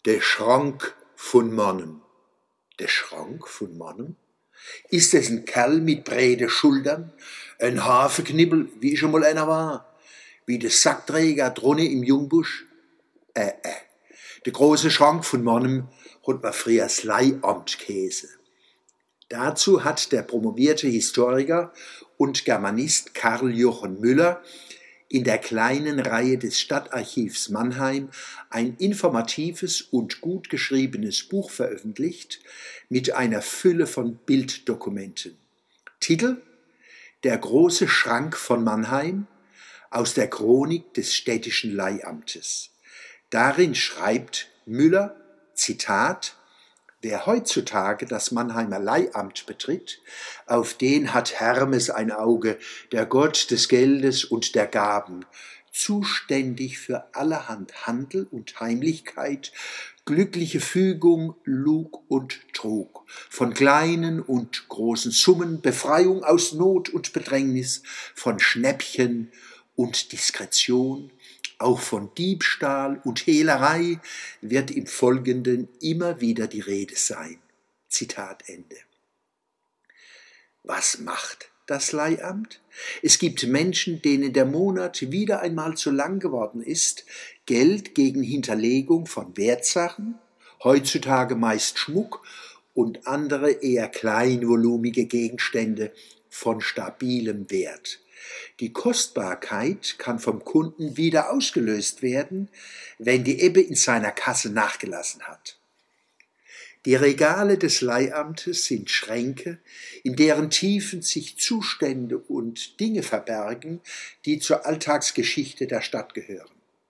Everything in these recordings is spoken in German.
Der Schrank von Mannem. Der Schrank von Mannem? Ist es ein Kerl mit breiten Schultern? Ein Hafenknibbel, wie ich schon mal einer war? Wie der Sackträger drunne im Jungbusch? Der große Schrank von Mannem hat man früher das Leihamt geheißen. Dazu hat der promovierte Historiker und Germanist Karl Jochen Müller in der kleinen Reihe des Stadtarchivs Mannheim ein informatives und gut geschriebenes Buch veröffentlicht mit einer Fülle von Bilddokumenten. Titel: Der große Schrank von Mannheim aus der Chronik des städtischen Leihamtes. Darin schreibt Müller, Zitat: Wer heutzutage das Mannheimer Leihamt betritt, auf den hat Hermes ein Auge, der Gott des Geldes und der Gaben, zuständig für allerhand Handel und Heimlichkeit, glückliche Fügung, Lug und Trug, von kleinen und großen Summen, Befreiung aus Not und Bedrängnis, von Schnäppchen und Diskretion, auch von Diebstahl und Hehlerei wird im Folgenden immer wieder die Rede sein. Zitat Ende. Was macht das Leihamt? Es gibt Menschen, denen der Monat wieder einmal zu lang geworden ist, Geld gegen Hinterlegung von Wertsachen, heutzutage meist Schmuck und andere eher kleinvolumige Gegenstände von stabilem Wert. Die Kostbarkeit kann vom Kunden wieder ausgelöst werden, wenn die Ebbe in seiner Kasse nachgelassen hat. Die Regale des Leihamtes sind Schränke, in deren Tiefen sich Zustände und Dinge verbergen, die zur Alltagsgeschichte der Stadt gehören.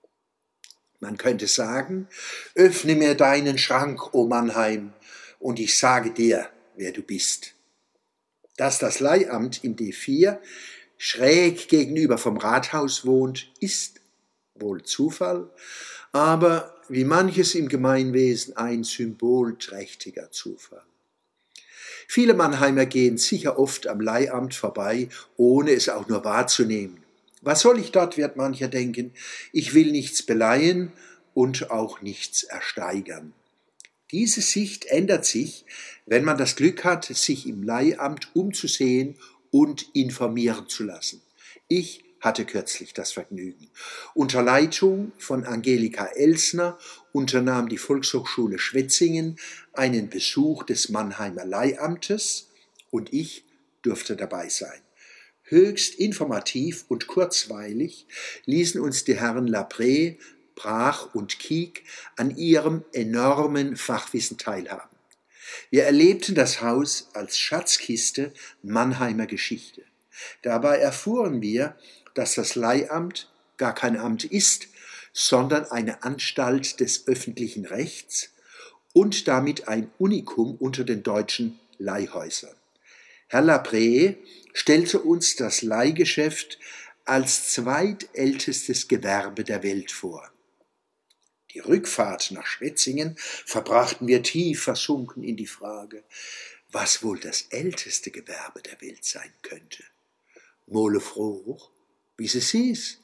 Man könnte sagen: Öffne mir deinen Schrank, o Mannheim, und ich sage dir, wer du bist. Dass das Leihamt im D4 schräg gegenüber vom Rathaus wohnt, ist wohl Zufall, aber wie manches im Gemeinwesen ein symbolträchtiger Zufall. Viele Mannheimer gehen sicher oft am Leihamt vorbei, ohne es auch nur wahrzunehmen. Was soll ich dort, wird mancher denken, ich will nichts beleihen und auch nichts ersteigern. Diese Sicht ändert sich, wenn man das Glück hat, sich im Leihamt umzusehen und informieren zu lassen. Ich hatte kürzlich das Vergnügen. Unter Leitung von Angelika Elsner unternahm die Volkshochschule Schwetzingen einen Besuch des Mannheimer Leihamtes und ich durfte dabei sein. Höchst informativ und kurzweilig ließen uns die Herren Lapré, Brach und Kieck an ihrem enormen Fachwissen teilhaben. Wir erlebten das Haus als Schatzkiste Mannheimer Geschichte. Dabei erfuhren wir, dass das Leihamt gar kein Amt ist, sondern eine Anstalt des öffentlichen Rechts und damit ein Unikum unter den deutschen Leihhäusern. Herr Lapré stellte uns das Leihgeschäft als zweitältestes Gewerbe der Welt vor. Die Rückfahrt nach Schwetzingen verbrachten wir tief versunken in die Frage, was wohl das älteste Gewerbe der Welt sein könnte. Mole Froh, wie es hieß,